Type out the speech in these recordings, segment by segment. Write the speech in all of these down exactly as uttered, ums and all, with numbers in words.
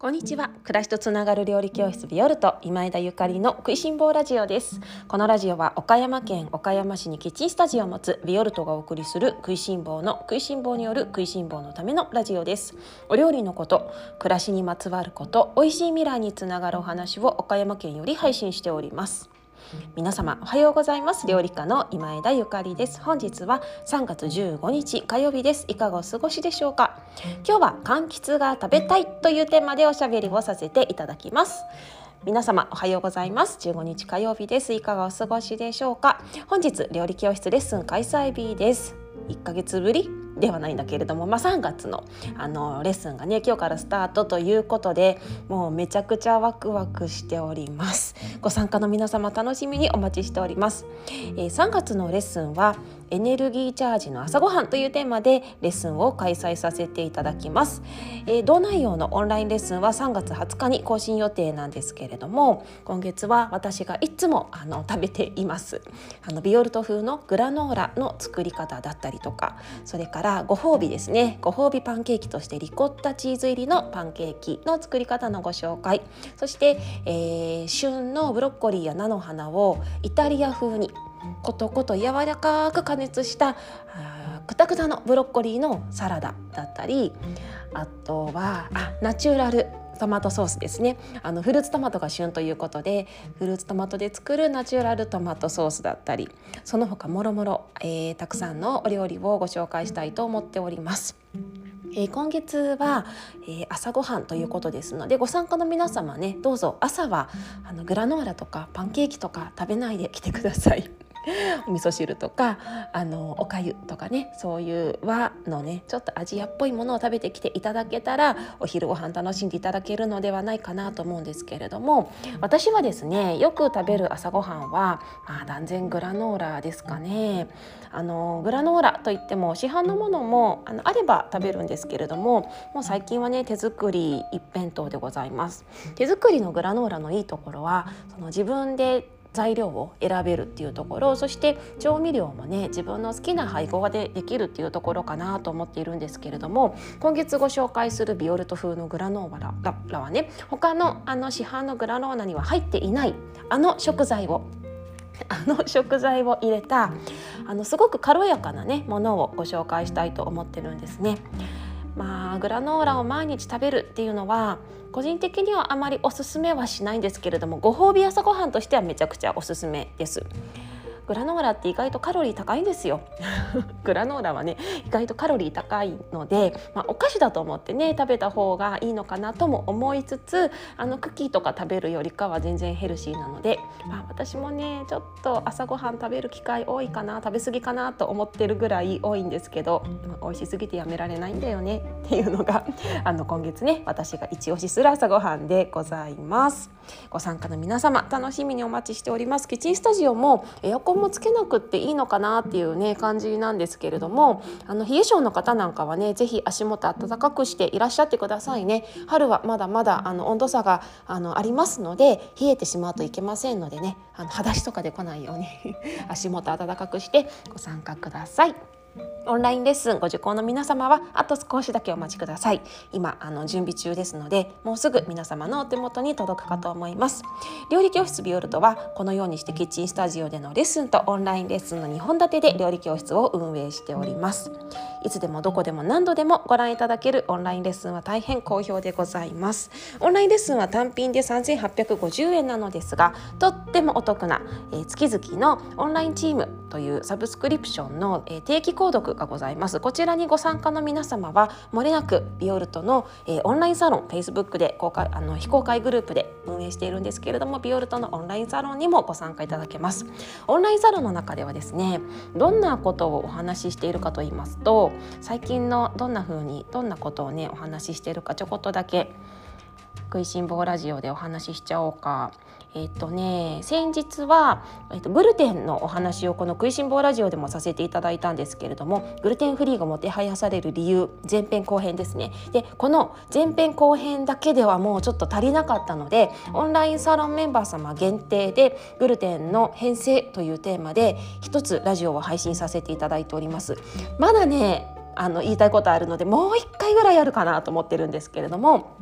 こんにちは。暮らしとつながる料理教室ビオルト今枝ゆかりの食いしん坊ラジオです。このラジオは岡山県岡山市にキッチンスタジオを持つビオルトがお送りする食いしん坊の食いしん坊による食いしん坊のためのラジオです。お料理のこと、暮らしにまつわること、美味しい未来につながるお話を岡山県より配信しております。皆様おはようございます。料理家の今枝ゆかりです。本日はさんがつじゅうごにち火曜日です。いかがお過ごしでしょうか。今日は柑橘が食べたいというテーマでおしゃべりをさせていただきます。皆様おはようございます。じゅうごにち火曜日です。いかがお過ごしでしょうか。本日料理教室レッスン開催日です。いっかげつぶりではないんだけれども、まあ、さんがつの、あのレッスンがね今日からスタートということで、もうめちゃくちゃワクワクしております。ご参加の皆様楽しみにお待ちしております。えー、さんがつのレッスンはエネルギーチャージの朝ごはんというテーマでレッスンを開催させていただきます。えー、同内容のオンラインレッスンはさんがつはつかに更新予定なんですけれども、今月は私がいつもあの食べていますあのビオルト風のグラノーラの作り方だったりとか、それからご褒美ですね、ご褒美パンケーキとしてリコッタチーズ入りのパンケーキの作り方のご紹介、そして、えー、旬のブロッコリーや菜の花をイタリア風にことこと柔らかく加熱したくたくたのブロッコリーのサラダだったり、あとはあナチュラルトマトソースですね。あのフルーツトマトが旬ということで、フルーツトマトで作るナチュラルトマトソースだったり、その他もろもろ、えー、たくさんのお料理をご紹介したいと思っております。えー、今月は、えー、朝ごはんということですので、ご参加の皆様ね、どうぞ朝はあのグラノーラとかパンケーキとか食べないで来てください。お味噌汁とかあのおかゆとかね、そういう和のねちょっとアジアっぽいものを食べてきていただけたら、お昼ご飯楽しんでいただけるのではないかなと思うんですけれども、私はですねよく食べる朝ごはんは、まあ、断然グラノーラですかね。あのグラノーラといっても市販のものも あのあれば食べるんですけれども、もう最近はね手作り一辺倒でございます。手作りのグラノーラのいいところは、その自分で材料を選べるっていうところ、そして調味料もね自分の好きな配合でできるっていうところかなと思っているんですけれども、今月ご紹介するビオルト風のグラノーラはね、他のあの市販のグラノーラには入っていないあの食材をあの食材を入れたあのすごく軽やかなねものをご紹介したいと思ってるんですね。まあ、グラノーラを毎日食べるっていうのは個人的にはあまりおすすめはしないんですけれども、ご褒美朝ごはんとしてはめちゃくちゃおすすめです。グラノーラって意外とカロリー高いんですよ。グラノーラはね意外とカロリー高いので、まあ、お菓子だと思ってね食べた方がいいのかなとも思いつつ、あのクッキーとか食べるよりかは全然ヘルシーなので、まあ、私もねちょっと朝ごはん食べる機会多いかな、食べ過ぎかなと思ってるぐらい多いんですけど、まあ、美味しすぎてやめられないんだよねっていうのがあの今月ね私が一押しする朝ごはんでございます。ご参加の皆様楽しみにお待ちしております。キッチンスタジオもエアコンもつけなくっていいのかなっていうね感じなんですけれども、あの冷え性の方なんかはねぜひ足元暖かくしていらっしゃってくださいね。春はまだまだあの温度差があのありますので、冷えてしまうといけませんのでね、あの裸足とかで来ないように足元暖かくしてご参加ください。オンラインレッスンご受講の皆様はあと少しだけお待ちください。今あの準備中ですので、もうすぐ皆様のお手元に届くかと思います。料理教室ビオルトはこのようにしてキッチンスタジオでのレッスンとオンラインレッスンのにほん立てで料理教室を運営しております。いつでもどこでも何度でもご覧いただけるオンラインレッスンは大変好評でございます。オンラインレッスンは単品でさんぜんはっぴゃくごじゅうえんなのですが、とってもお得な、えー、月々のオンラインチームというサブスクリプションの、えー、定期購読がございます。こちらにご参加の皆様は漏れなくビオルトの、えー、オンラインサロン Facebook で公開あの非公開グループで運営しているんですけれども、ビオルトのオンラインサロンにもご参加いただけます。オンラインサロンの中ではですね、どんなことをお話ししているかと言いますと、最近のどんな風にどんなことをねお話ししているか、ちょこっとだけ食いしん坊ラジオでお話ししちゃおうか。えっとね先日は、えっと、グルテンのお話をこの食いしん坊ラジオでもさせていただいたんですけれども、グルテンフリーがもてはやされる理由前編後編ですね。でこの前編後編だけではもうちょっと足りなかったので、オンラインサロンメンバー様限定でグルテンの変性というテーマで一つラジオを配信させていただいております。まだねあの言いたいことあるので、もう一回ぐらいやるかなと思ってるんですけれども、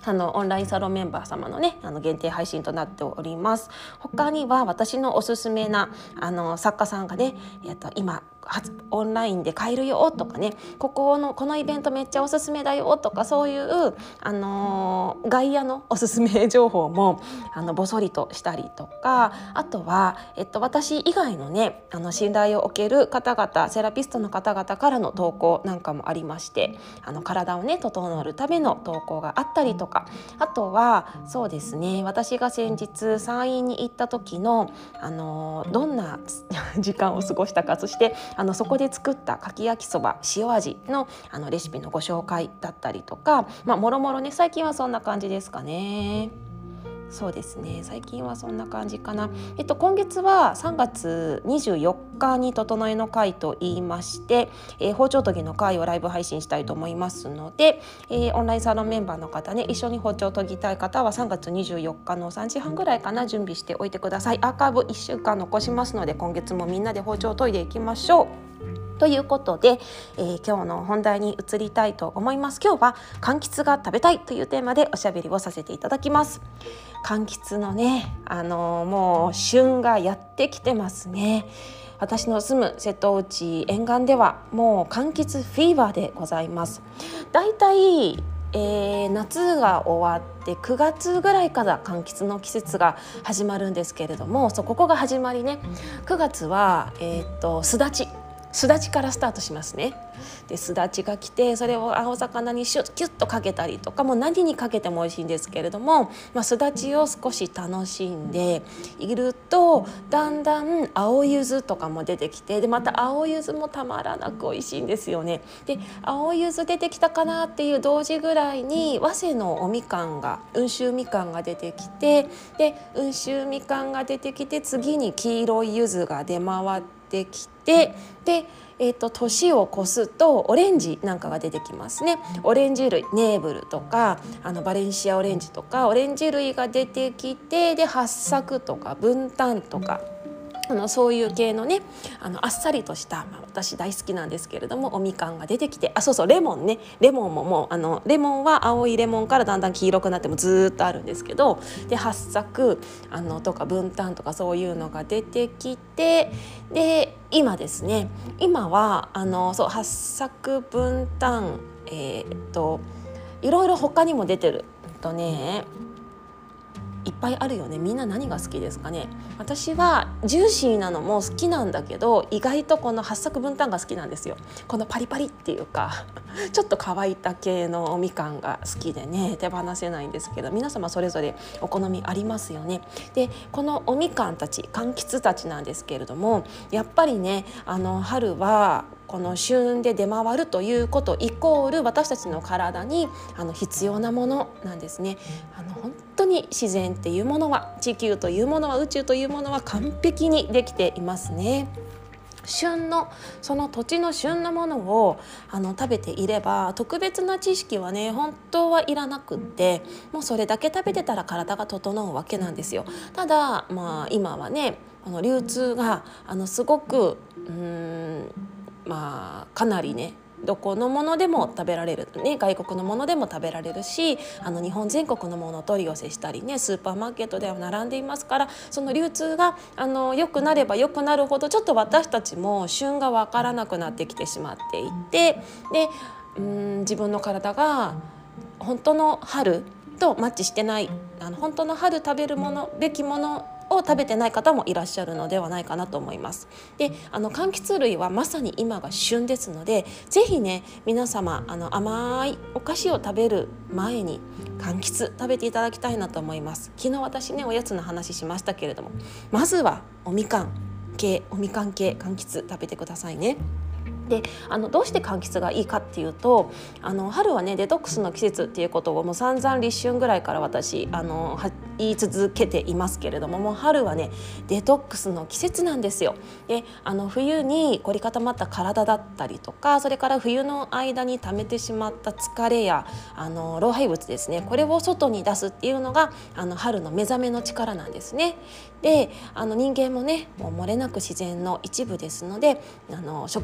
あのオンラインサロンメンバー様のねあの限定配信となっております。他には私のおすすめなあの作家さんがね、えっと、今オンラインで買えるよとかね、ここのこのイベントめっちゃおすすめだよとか、そういう、あのー、外野のおすすめ情報もあのぼそりとしたりとか、あとは、えっと、私以外のねあの信頼を受ける方々、セラピストの方々からの投稿なんかもありまして、あの体をね整えるための投稿があったりとか、あとはそうですね、私が先日山陰に行った時の、あのー、どんな時間を過ごしたか、そしてあのそこで作ったかき焼きそば塩味 の, あのレシピのご紹介だったりとか、まあ、もろもろね、最近はそんな感じですかね。そうですね、最近はそんな感じかな。えっと、今月はさんがつにじゅうよっかに整えの会と言いまして、えー、包丁研ぎの会をライブ配信したいと思いますので、えー、オンラインサロンメンバーの方ね、一緒に包丁研ぎたい方はさんがつにじゅうよっかのさんじはんぐらいかな、準備しておいてください。アーカイブいっしゅうかん残しますので、今月もみんなで包丁を研いでいきましょうということで、えー、今日の本題に移りたいと思います。今日は柑橘が食べたいというテーマでおしゃべりをさせていただきます。柑橘のね、あのー、もう旬がやってきてますね。私の住む瀬戸内沿岸ではもう柑橘フィーバーでございます。だいたいえー、夏が終わってくがつぐらいから柑橘の季節が始まるんですけれども、そうここが始まりね。くがつは、えー、っとすだちすだちからスタートしますね。ですだちが来て、それを青魚にシュッキュッとかけたりとか、もう何にかけても美味しいんですけれども、まあ、すだちを少し楽しんでいると、だんだん青柚子とかも出てきて、でまた青柚子もたまらなく美味しいんですよね。で青柚子出てきたかなっていう同時ぐらいに早生のおみかんが温州みかんが出てきて、で温州みかんが出てきて、次に黄色い柚子が出回ってきて、でえー、と年を越すとオレンジなんかが出てきますね。オレンジ類、ネーブルとかあのバレンシアオレンジとかオレンジ類が出てきて、で八朔とか文旦とかあのそういう系のね、あのあっさりとした、まあ、私大好きなんですけれどもおみかんが出てきて、あそうそうレモンね、レモンももうあのレモンは青いレモンからだんだん黄色くなってもずっとあるんですけど、で八朔あのとか文旦とかそういうのが出てきて、で今ですね、今はあのそう八朔文旦えー、っといろいろ他にも出てるとね、いっぱいあるよね。みんな何が好きですかね。私はジューシーなのも好きなんだけど、意外とこの八朔文旦が好きなんですよ。このパリパリっていうかちょっと乾いた系のおみかんが好きでね、手放せないんですけど、皆様それぞれお好みありますよね。でこのおみかんたち、柑橘たちなんですけれども、やっぱりね、あの春はこの旬で出回るということイコール私たちの体にあの必要なものなんですね。あの本当に自然っていうものは、地球というものは、宇宙というものは完璧にできていますね。旬のその土地の旬なものをあの食べていれば、特別な知識はね本当はいらなくって、もうそれだけ食べてたら体が整うわけなんですよ。ただ、まあ、今はねこの流通があのすごくうーんまあかなりね、どこのものでも食べられる、ね、外国のものでも食べられるし、あの日本全国のものを取り寄せしたりね、スーパーマーケットでは並んでいますから、その流通があの良くなれば良くなるほど、ちょっと私たちも旬が分からなくなってきてしまっていて、でうーん自分の体が本当の春とマッチしてない、あの本当の春食べるものべきものを食べてない方もいらっしゃるのではないかなと思います。であの柑橘類はまさに今が旬ですので、ぜひね皆様あの甘いお菓子を食べる前に柑橘食べていただきたいなと思います。昨日私ねおやつの話しましたけれども、まずはおみかん系おみかん系柑橘食べてくださいね。であのどうして柑橘がいいかっていうと、あの春はねデトックスの季節っていうことをもう散々立春ぐらいから私あのは言い続けていますけれども、もう春はねデトックスの季節なんですよ。であの冬に凝り固まった体だったりとか、それから冬の間に溜めてしまった疲れやあの老廃物ですね、これを外に出すっていうのがあの春の目覚めの力なんですね。であの人間もねもう漏れなく自然の一部ですので、あの植物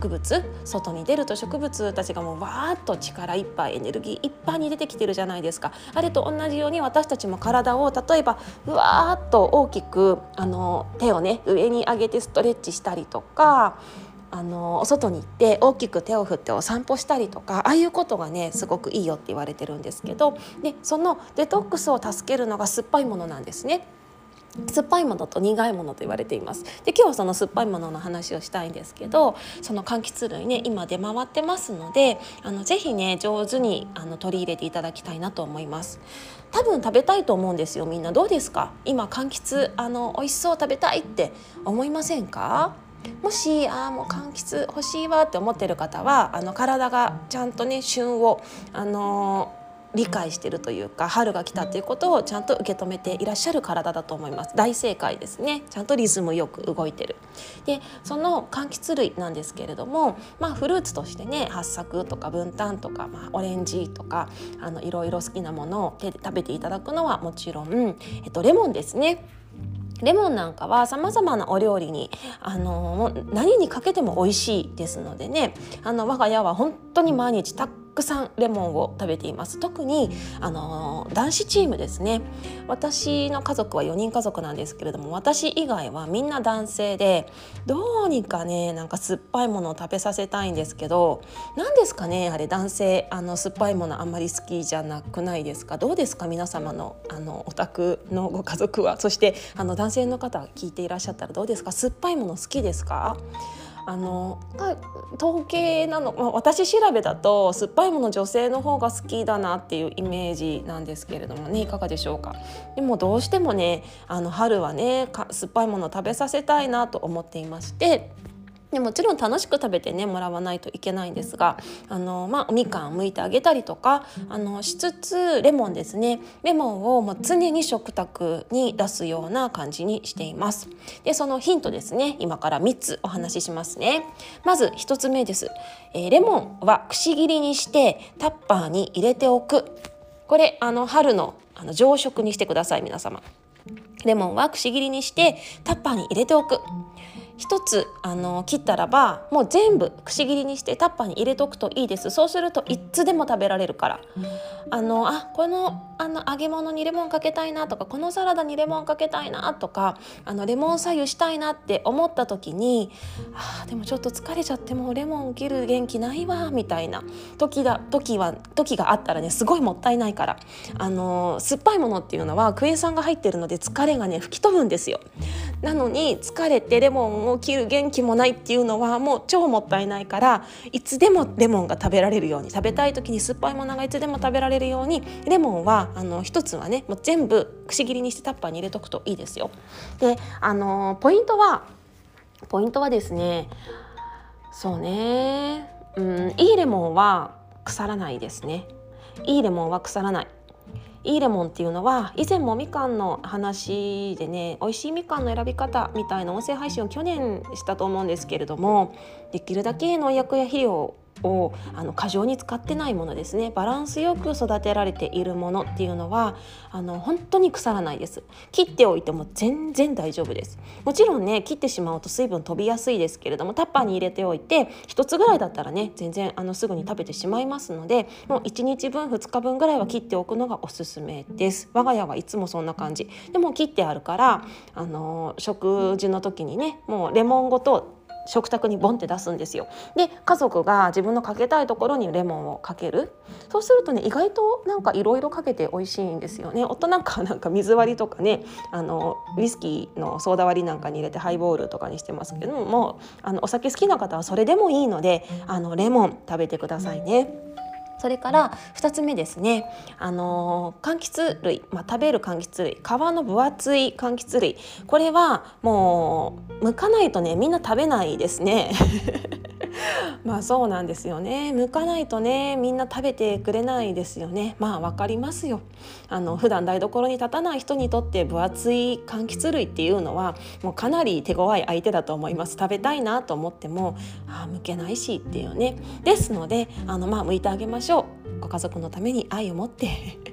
外に出ると植物たちがもうわーっと力いっぱいエネルギーいっぱいに出てきてるじゃないですか。あれと同じように私たちも体を例えばうわーっと大きくあの手をね上に上げてストレッチしたりとか、あのお外に行って大きく手を振ってお散歩したりとか、ああいうことがねすごくいいよって言われてるんですけど、でそのデトックスを助けるのが酸っぱいものなんですね。酸っぱいものと苦いものと言われています。で今日はその酸っぱいものの話をしたいんですけど、その柑橘類ね今出回ってますので、あのぜひね上手にあの取り入れていただきたいなと思います。多分食べたいと思うんですよ。みんなどうですか？今柑橘あの美味しそう、食べたいって思いませんか？もしあーもう柑橘欲しいわって思ってる方は、あの体がちゃんとね旬をあのー理解しているというか、春が来たということをちゃんと受け止めていらっしゃる体だと思います。大正解ですね。ちゃんとリズムよく動いてる。でその柑橘類なんですけれども、まあ、フルーツとしてね八朔とか文旦とか、まあ、オレンジとかあのいろいろ好きなものを手で食べていただくのはもちろん、えっと、レモンですね。レモンなんかはさまざまなお料理にあの何にかけても美味しいですのでね、あの我が家は本当に毎日たくさんレモンを食べています。特にあの男子チームですね。私の家族はよにん家族なんですけれども、私以外はみんな男性で、どうにかねなんか酸っぱいものを食べさせたいんですけど、何ですかねあれ、男性あの酸っぱいものあんまり好きじゃなくないですか？どうですか皆様のあのお宅のご家族は。そしてあの男性の方聞いていらっしゃったらどうですか？酸っぱいもの好きですか？あの統計なの、まあ、私調べだと酸っぱいもの女性の方が好きだなっていうイメージなんですけれどもね、いかがでしょうか？でもどうしてもねあの春はね酸っぱいものを食べさせたいなと思っていまして、でもちろん楽しく食べてねもらわないといけないんですが、あの、まあ、おみかん剥いてあげたりとかあのしつつ、レモンですね、レモンをもう常に食卓に出すような感じにしています。でそのヒントですね、今からみっつお話ししますね。まずひとつめです、えー、レモンはくし切りにしてタッパーに入れておく。これあの春の、あの常食にしてください。皆様レモンはくし切りにしてタッパーに入れておく。一つあの切ったらばもう全部くし切りにしてタッパーに入れておくといいです。そうするといつでも食べられるから、あのあこのあの揚げ物にレモンかけたいなとか、このサラダにレモンかけたいなとか、あのレモン左右したいなって思った時に、あでもちょっと疲れちゃってもうレモン切る元気ないわみたいな時だ時は時があったらね、すごいもったいないから、あの酸っぱいものっていうのはクエン酸が入ってるので疲れがね吹き飛ぶんですよ。なのに疲れてレモンを切る元気もないっていうのはもう超もったいないから、いつでもレモンが食べられるように、食べたい時に酸っぱいものがいつでも食べられるように、レモンはあの一つはねもう全部くし切りにしてタッパーに入れとくといいですよ。であのポイントはポイントはですね、そうね、うん、いいレモンは腐らないですね。いいレモンは腐らない。いいレモンっていうのは、以前もみかんの話でね、美味しいみかんの選び方みたいな音声配信を去年したと思うんですけれども、できるだけ農薬や肥料をあの過剰に使ってないものですね、バランスよく育てられているものっていうのはあの本当に腐らないです。切っておいても全然大丈夫です。もちろんね切ってしまうと水分飛びやすいですけれども、タッパーに入れておいて一つぐらいだったらね全然あのすぐに食べてしまいますので、もういちにちぶんふつかぶんぐらいは切っておくのがおすすめです。我が家はいつもそんな感じで、も切ってあるからあの食事の時にねもうレモンごと食卓にボンって出すんですよ。で家族が自分のかけたいところにレモンをかける。そうするとね意外となんかいろいろかけて美味しいんですよね。夫なんかなんか水割りとかね、あのウイスキーのソーダ割りなんかに入れてハイボールとかにしてますけども、あのお酒好きな方はそれでもいいので、あのレモン食べてくださいね。それからふたつめですね、あのー、柑橘類、まあ、食べる柑橘類、皮の分厚い柑橘類、これはもう剥かないとねみんな食べないですねまあそうなんですよね。剥かないとねみんな食べてくれないですよね。まあわかりますよ。あの普段台所に立たない人にとって分厚い柑橘類っていうのはもうかなり手強い相手だと思います。食べたいなと思ってもあ剥けないしっていうね。ですのであのまあ剥いてあげましょう。ご家族のために愛を持って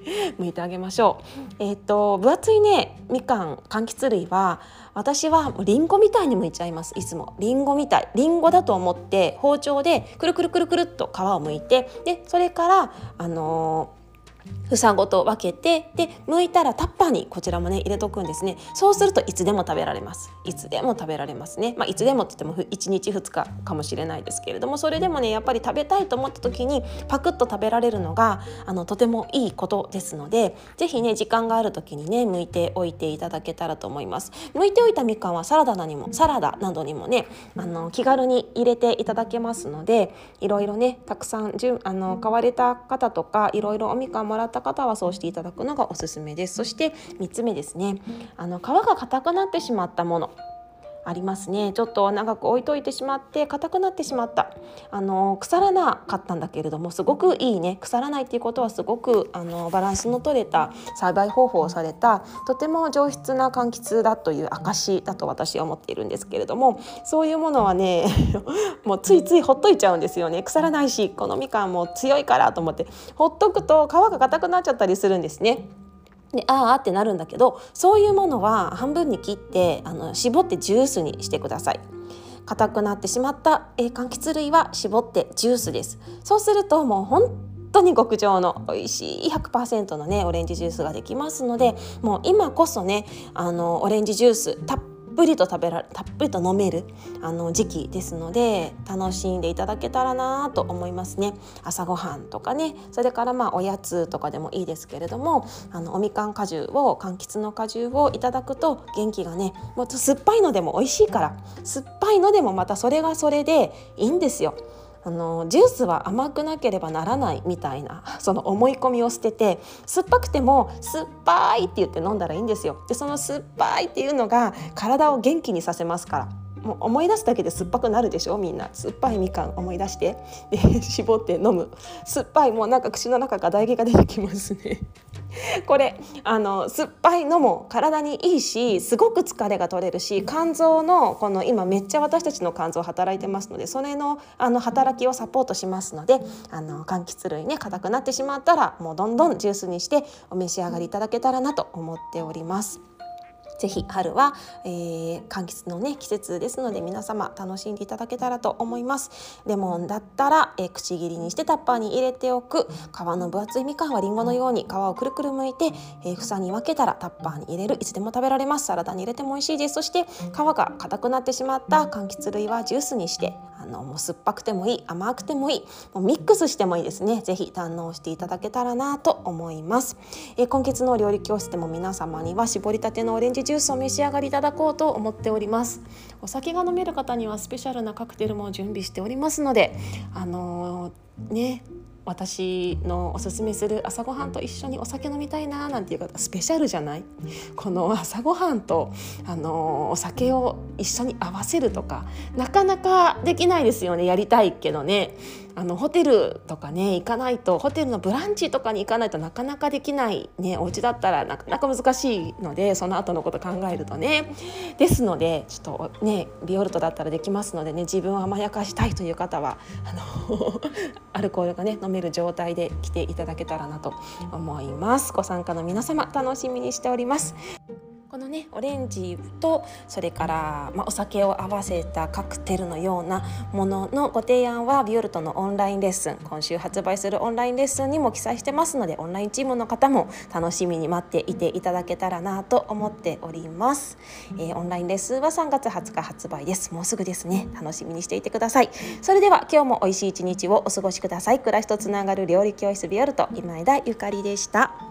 剥いてあげましょう。えっと分厚いねみかん柑橘類は私はリンゴみたいに剥いちゃいます。いつもリンゴみたいリンゴだと思って包丁でくるくるくるくるっと皮を剥いて、でそれからあのー房ごと分けて、で剥いたらタッパーにこちらもね入れとくんですね。そうするといつでも食べられます。いつでも食べられますね。まあいつでもって言ってもいちにちふつかかもしれないですけれども、それでもねやっぱり食べたいと思った時にパクッと食べられるのがあのとてもいいことですので、ぜひね時間がある時にね剥いておいていただけたらと思います。剥いておいたみかんはサラダにもサラダなどにもねあの気軽に入れていただけますので、いろいろねたくさんじゅあの買われた方とかいろいろおみかんもらった方はそうしていただくのがおすすめです。そしてみっつめですね、あの皮が硬くなってしまったものありますね。ちょっと長く置いといてしまって硬くなってしまった、あの腐らなかったんだけれどもすごくいいね、腐らないっていうことはすごくあのバランスの取れた栽培方法をされたとても上質な柑橘だという証だと私は思っているんですけれども、そういうものはねもうついついほっといちゃうんですよね。腐らないしこのみかんも強いからと思ってほっとくと皮が硬くなっちゃったりするんですね。であーってなるんだけど、そういうものは半分に切ってあの絞ってジュースにしてください。硬くなってしまった、えー、柑橘類は絞ってジュースです。そうするともう本当に極上の美味しい ひゃくパーセント のねオレンジジュースができますので、もう今こそねあのオレンジジュースたっぷりと食べられたっぷりと飲めるあの時期ですので、楽しんでいただけたらなと思いますね。朝ごはんとかね、それからまあおやつとかでもいいですけれども、あのおみかん果汁を柑橘の果汁をいただくと元気がね、もう酸っぱいのでも美味しいから、酸っぱいのでもまたそれがそれでいいんですよ。あのジュースは甘くなければならないみたいなその思い込みを捨てて、酸っぱくても酸っぱいって言って飲んだらいいんですよ。でその酸っぱいっていうのが体を元気にさせますから。もう思い出すだけで酸っぱくなるでしょ。みんな酸っぱいみかん思い出してで絞って飲む。酸っぱいもうなんか口の中から唾液が出てきますねこれあの酸っぱいのも体にいいし、すごく疲れが取れるし、肝臓のこの今めっちゃ私たちの肝臓働いてますので、それのあの働きをサポートしますので、あの柑橘類ね硬くなってしまったらもうどんどんジュースにしてお召し上がりいただけたらなと思っております。ぜひ春は、えー、柑橘のね季節ですので皆様楽しんでいただけたらと思います。レモンだったら、えー、くし切りにしてタッパーに入れておく。皮の分厚いみかんはリンゴのように皮をくるくる剥いて、えー、房に分けたらタッパーに入れる。いつでも食べられます。サラダに入れても美味しいです。そして皮が硬くなってしまった柑橘類はジュースにして、あのもう酸っぱくてもいい、甘くてもいい、もうミックスしてもいいですね。ぜひ堪能していただけたらなと思います。えー、今月の料理教室でも皆様には搾りたてのオレンジジュースを召し上がりいただこうと思っております。お酒が飲める方にはスペシャルなカクテルも準備しておりますので、あのー、ね私のおすすめする朝ごはんと一緒にお酒飲みたいななんていう方、スペシャルじゃない？この朝ごはんと、あのー、お酒を一緒に合わせるとかなかなかできないですよね。やりたいけどね、あのホテルとかね行かないと、ホテルのブランチとかに行かないとなかなかできないね。お家だったらなかなか難しいので、その後のこと考えるとね。ですのでちょっとねビオルトだったらできますのでね、自分を甘やかしたいという方はあのアルコールがね飲める状態で来ていただけたらなと思います。ご参加の皆様楽しみにしております。このねオレンジとそれから、まあ、お酒を合わせたカクテルのようなもののご提案はビオルトのオンラインレッスン、今週発売するオンラインレッスンにも記載してますので、オンラインチームの方も楽しみに待っていていただけたらなと思っております。えー、オンラインレッスンはさんがつはつか発売です。もうすぐですね。楽しみにしていてください。それでは今日も美味しい一日をお過ごしください。暮らしとつながる料理教室ビオルト、今枝ゆかりでした。